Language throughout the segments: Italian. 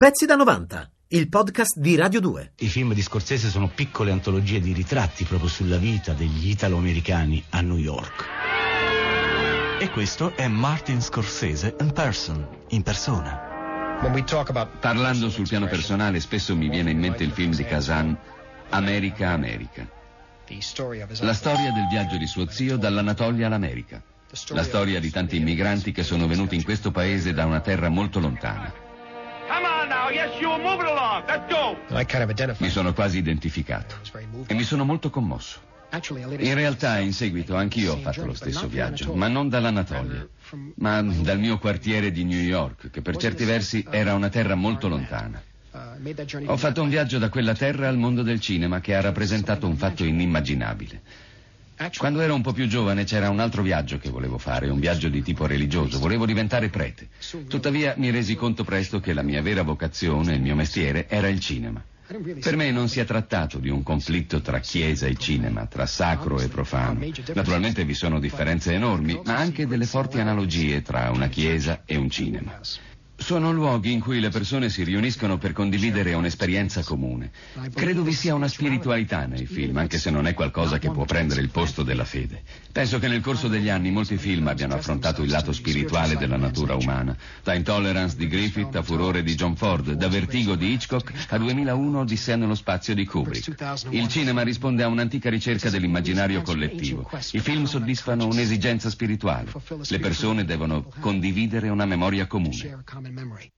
Pezzi da 90, il podcast di Radio 2. I film di Scorsese sono piccole antologie di ritratti proprio sulla vita degli italo-americani a New York. E questo è Martin Scorsese in persona. Parlando sul piano personale, spesso mi viene in mente il film di Kazan, America, America. La storia del viaggio di suo zio dall'Anatolia all'America. La storia di tanti immigranti che sono venuti in questo paese da una terra molto lontana. Mi sono quasi identificato e mi sono molto commosso. In realtà, in seguito, anch'io ho fatto lo stesso viaggio, ma non dall'Anatolia, ma dal mio quartiere di New York, che per certi versi era una terra molto lontana. Ho fatto un viaggio da quella terra al mondo del cinema che ha rappresentato un fatto inimmaginabile. Quando ero un po' più giovane c'era un altro viaggio che volevo fare, un viaggio di tipo religioso, volevo diventare prete. Tuttavia mi resi conto presto che la mia vera vocazione, il mio mestiere, era il cinema. Per me non si è trattato di un conflitto tra chiesa e cinema, tra sacro e profano. Naturalmente vi sono differenze enormi, ma anche delle forti analogie tra una chiesa e un cinema. Sono luoghi in cui le persone si riuniscono per condividere un'esperienza comune. Credo vi sia una spiritualità nei film, anche se non è qualcosa che può prendere il posto della fede. Penso che nel corso degli anni molti film abbiano affrontato il lato spirituale della natura umana. Da Intolerance di Griffith a Furore di John Ford, da Vertigo di Hitchcock a 2001 Odissea nello spazio di Kubrick. Il cinema risponde a un'antica ricerca dell'immaginario collettivo. I film soddisfano un'esigenza spirituale. Le persone devono condividere una memoria comune. Memory.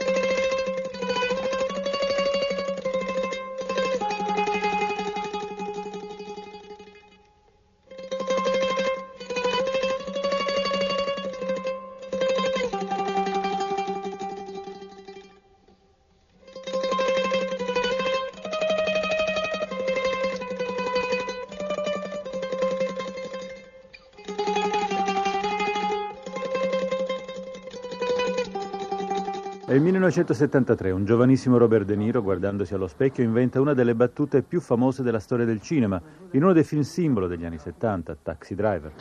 È il 1973, un giovanissimo Robert De Niro, guardandosi allo specchio, inventa una delle battute più famose della storia del cinema, in uno dei film simbolo degli anni 70, Taxi Driver.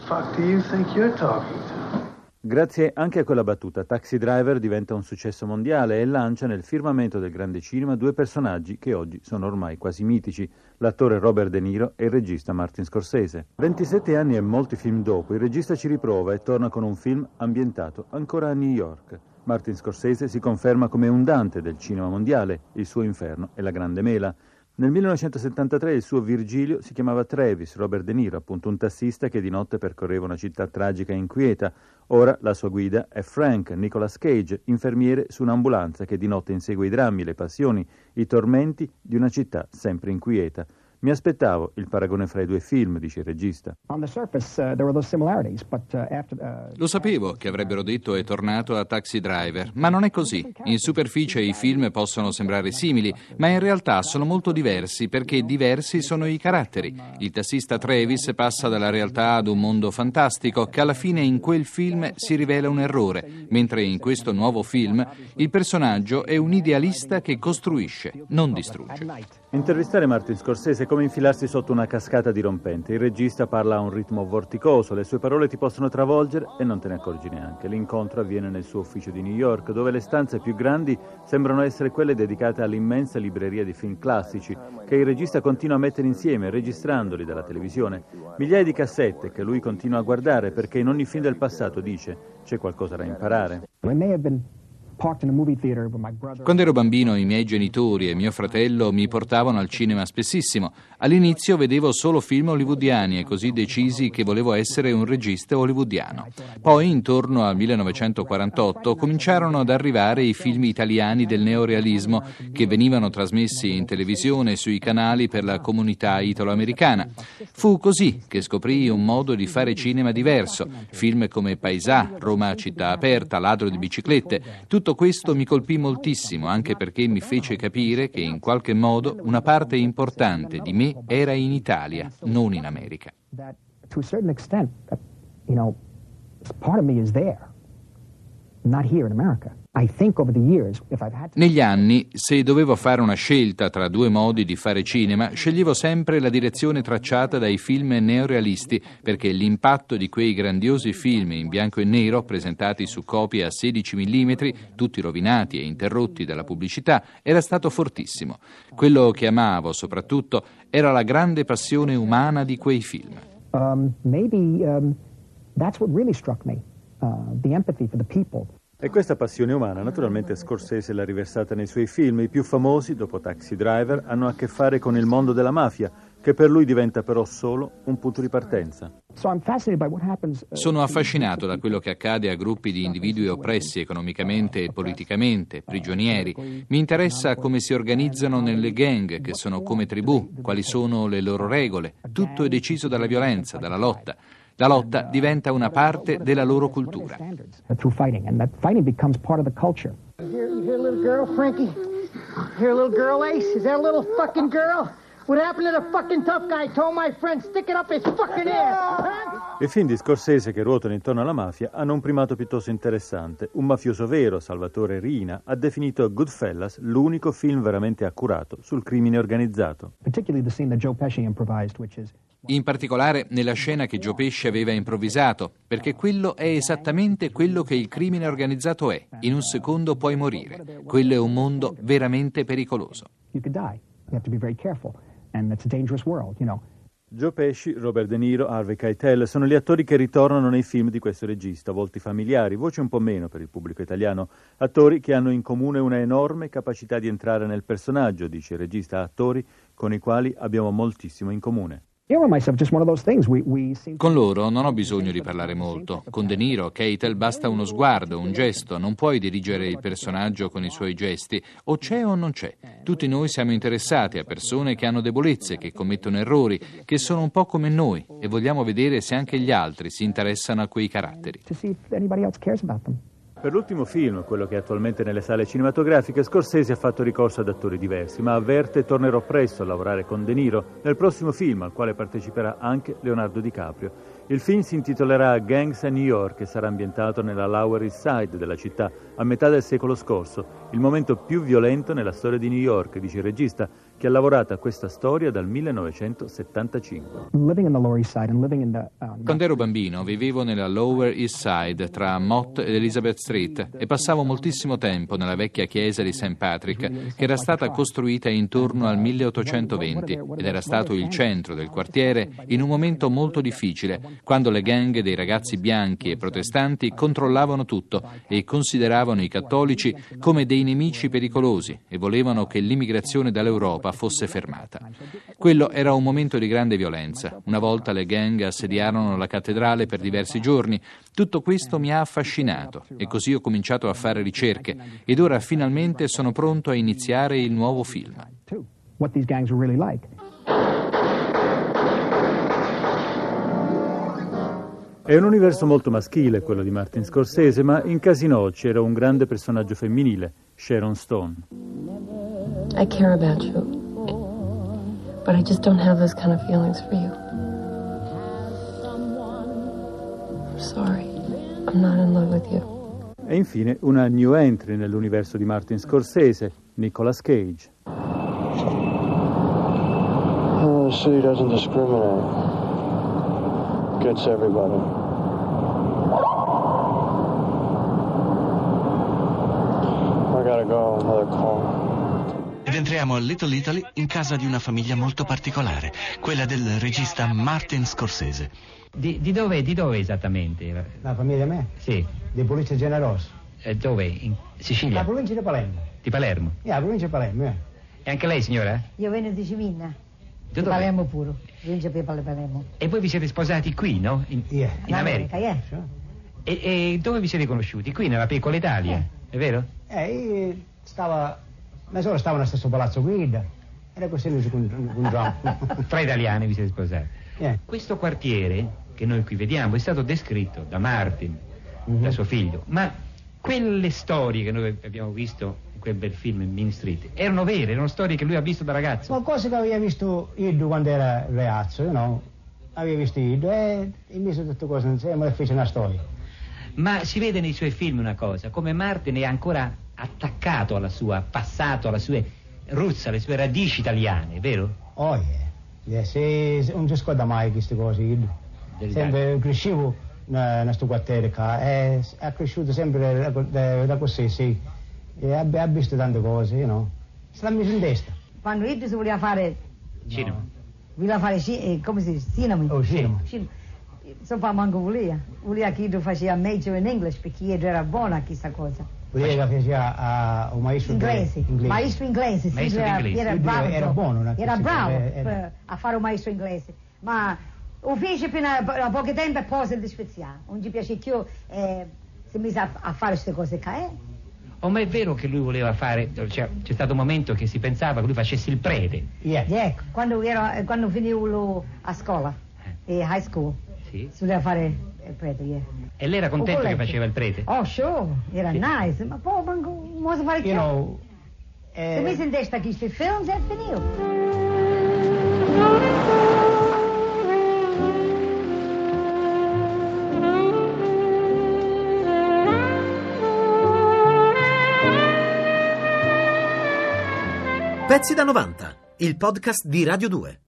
Grazie anche a quella battuta, Taxi Driver diventa un successo mondiale e lancia nel firmamento del grande cinema due personaggi che oggi sono ormai quasi mitici, l'attore Robert De Niro e il regista Martin Scorsese. 27 anni e molti film dopo, il regista ci riprova e torna con un film ambientato ancora a New York. Martin Scorsese si conferma come un Dante del cinema mondiale, il suo Inferno è la Grande Mela. Nel 1973 il suo Virgilio si chiamava Travis, Robert De Niro, appunto un tassista che di notte percorreva una città tragica e inquieta. Ora la sua guida è Frank, Nicolas Cage, infermiere su un'ambulanza che di notte insegue i drammi, le passioni, i tormenti di una città sempre inquieta. Mi aspettavo il paragone fra i due film, dice il regista. Lo sapevo che avrebbero detto è tornato a Taxi Driver, ma non è così. In superficie i film possono sembrare simili, ma in realtà sono molto diversi perché diversi sono i caratteri. Il tassista Travis passa dalla realtà ad un mondo fantastico che alla fine in quel film si rivela un errore, mentre in questo nuovo film il personaggio è un idealista che costruisce, non distrugge. Intervistare Martin Scorsese è come infilarsi sotto una cascata dirompente. Il regista parla a un ritmo vorticoso, le sue parole ti possono travolgere e non te ne accorgi neanche. L'incontro avviene nel suo ufficio di New York, dove le stanze più grandi sembrano essere quelle dedicate all'immensa libreria di film classici che il regista continua a mettere insieme, registrandoli dalla televisione. Migliaia di cassette che lui continua a guardare perché in ogni film del passato dice c'è qualcosa da imparare. Quando ero bambino i miei genitori e mio fratello mi portavano al cinema spessissimo. All'inizio vedevo solo film hollywoodiani e così decisi che volevo essere un regista hollywoodiano. Poi intorno al 1948 cominciarono ad arrivare i film italiani del neorealismo che venivano trasmessi in televisione sui canali per la comunità italo-americana. Fu così che scoprii un modo di fare cinema diverso. Film come Paesà, Roma città aperta, Ladro di biciclette. Tutto questo mi colpì moltissimo, anche perché mi fece capire che in qualche modo una parte importante di me era in Italia, non in America. To a certain extent, part of me is there, not here in America. Negli anni, se dovevo fare una scelta tra due modi di fare cinema, sceglievo sempre la direzione tracciata dai film neorealisti, perché l'impatto di quei grandiosi film in bianco e nero, presentati su copie a 16 mm, tutti rovinati e interrotti dalla pubblicità, era stato fortissimo. Quello che amavo soprattutto era la grande passione umana di quei film. That's what really struck me, the empathy for the people. E questa passione umana, naturalmente, Scorsese l'ha riversata nei suoi film. I più famosi, dopo Taxi Driver, hanno a che fare con il mondo della mafia, che per lui diventa però solo un punto di partenza. Sono affascinato da quello che accade a gruppi di individui oppressi economicamente e politicamente, prigionieri. Mi interessa come si organizzano nelle gang, che sono come tribù, quali sono le loro regole. Tutto è deciso dalla violenza, dalla lotta. La lotta diventa una parte della loro cultura. Here, little girl, Frankie. Here, little girl, Ace. Is that a little fucking girl? What happened to the fucking tough guy? Told my friend, stick it up his fucking ass. I film di Scorsese che ruotano intorno alla mafia hanno un primato piuttosto interessante. Un mafioso vero, Salvatore Riina, ha definito Goodfellas l'unico film veramente accurato sul crimine organizzato. Particularly the scene that Joe Pesci improvised, which is In particolare nella scena che Joe Pesci aveva improvvisato, perché quello è esattamente quello che il crimine organizzato è. In un secondo puoi morire. Quello è un mondo veramente pericoloso. You could die. You have to be very careful. And it's a dangerous world, you know. Joe Pesci, Robert De Niro, Harvey Keitel sono gli attori che ritornano nei film di questo regista, volti familiari, voci un po' meno per il pubblico italiano, attori che hanno in comune una enorme capacità di entrare nel personaggio, dice il regista, attori con i quali abbiamo moltissimo in comune. Con loro non ho bisogno di parlare molto. Con De Niro, Keitel, basta uno sguardo, un gesto. Non puoi dirigere il personaggio con i suoi gesti. O c'è o non c'è. Tutti noi siamo interessati a persone che hanno debolezze, che commettono errori, che sono un po' come noi e vogliamo vedere se anche gli altri si interessano a quei caratteri. Per l'ultimo film, quello che è attualmente nelle sale cinematografiche, Scorsese ha fatto ricorso ad attori diversi, ma avverte tornerò presto a lavorare con De Niro nel prossimo film, al quale parteciperà anche Leonardo DiCaprio. Il film si intitolerà Gangs a New York e sarà ambientato nella Lower East Side della città a metà del secolo scorso, il momento più violento nella storia di New York, dice il regista, che ha lavorato a questa storia dal 1975. Quando ero bambino vivevo nella Lower East Side tra Mott ed Elizabeth Street e passavo moltissimo tempo nella vecchia chiesa di St. Patrick, che era stata costruita intorno al 1820 ed era stato il centro del quartiere in un momento molto difficile, quando le gang dei ragazzi bianchi e protestanti controllavano tutto e consideravano i cattolici come dei nemici pericolosi e volevano che l'immigrazione dall'Europa fosse fermata. Quello era un momento di grande violenza. Una volta le gang assediarono la cattedrale per diversi giorni. Tutto questo mi ha affascinato e così ho cominciato a fare ricerche ed ora finalmente sono pronto a iniziare il nuovo film. What these gangs were really like. È un universo molto maschile quello di Martin Scorsese, ma in Casino c'era un grande personaggio femminile, Sharon Stone. I care about you, but I just don't have those kind of feelings for you. I'm sorry, I'm not in love with you. E infine una new entry nell'universo di Martin Scorsese, Nicolas Cage. The city doesn't discriminate. Gets everybody. I gotta go, another call. Ed entriamo a Little Italy in casa di una famiglia molto particolare, quella del regista Martin Scorsese. Di dove esattamente? La famiglia mia? Sì. Di Polizia Generosa. Dove? In Sicilia? La provincia di Palermo. Di Palermo? La provincia di Palermo, E anche lei, signora? Io vengo di Ciminna. Di Palermo pure, provincia di Palermo. E voi vi siete sposati qui, no? In America? E dove vi siete conosciuti? Qui, nella piccola Italia, è vero? Io mia sorella stava nello stesso palazzo guida. Era così un gioco. Fra italiani vi siete sposati. Questo quartiere che noi qui vediamo è stato descritto da Martin, da suo figlio, ma quelle storie che noi abbiamo visto in quel bel film in Mean Street erano vere, erano storie che lui ha visto da ragazzo. Ma cose che aveva visto io quando era ragazzo, aveva visto io e mi sono tutte cose insieme e fece una storia. Ma si vede nei suoi film una cosa, come Martin è ancora attaccato al suo passato, alle sue roots, alle sue radici italiane, vero? Oh yeah, non si scorda mai queste cose. Sempre crescevo in questo quartiere qua e è cresciuto sempre da così, sì. E ha visto tante cose, you know. Se l'ha messo in testa. Quando io si voleva fare... Cinema. Voleva fare come si dice? Cinema. Oh, cinema. Suo papà manco voleva. Voleva che io faccia major in English perché era buona questa cosa. Voleva che faccia un maestro inglese. Maestro inglese, sì, era bravo. Era buono. Era bravo a fare un maestro inglese. Ma lo fece fino a poco tempo e poi si dispeziava. Non gli piace più, si mise a fare queste cose qua. Oh, ma è vero che lui voleva fare, cioè, c'è stato un momento che si pensava che lui facesse il prete. Ecco, quando finivo a scola, high school, sì. Si voleva fare il prete, E lei era contento che faceva il prete? Oh, sure, era sì. Nice, ma poi non posso fare più. Si mise in testa questi film e finito. Pezzi da 90, il podcast di Radio 2.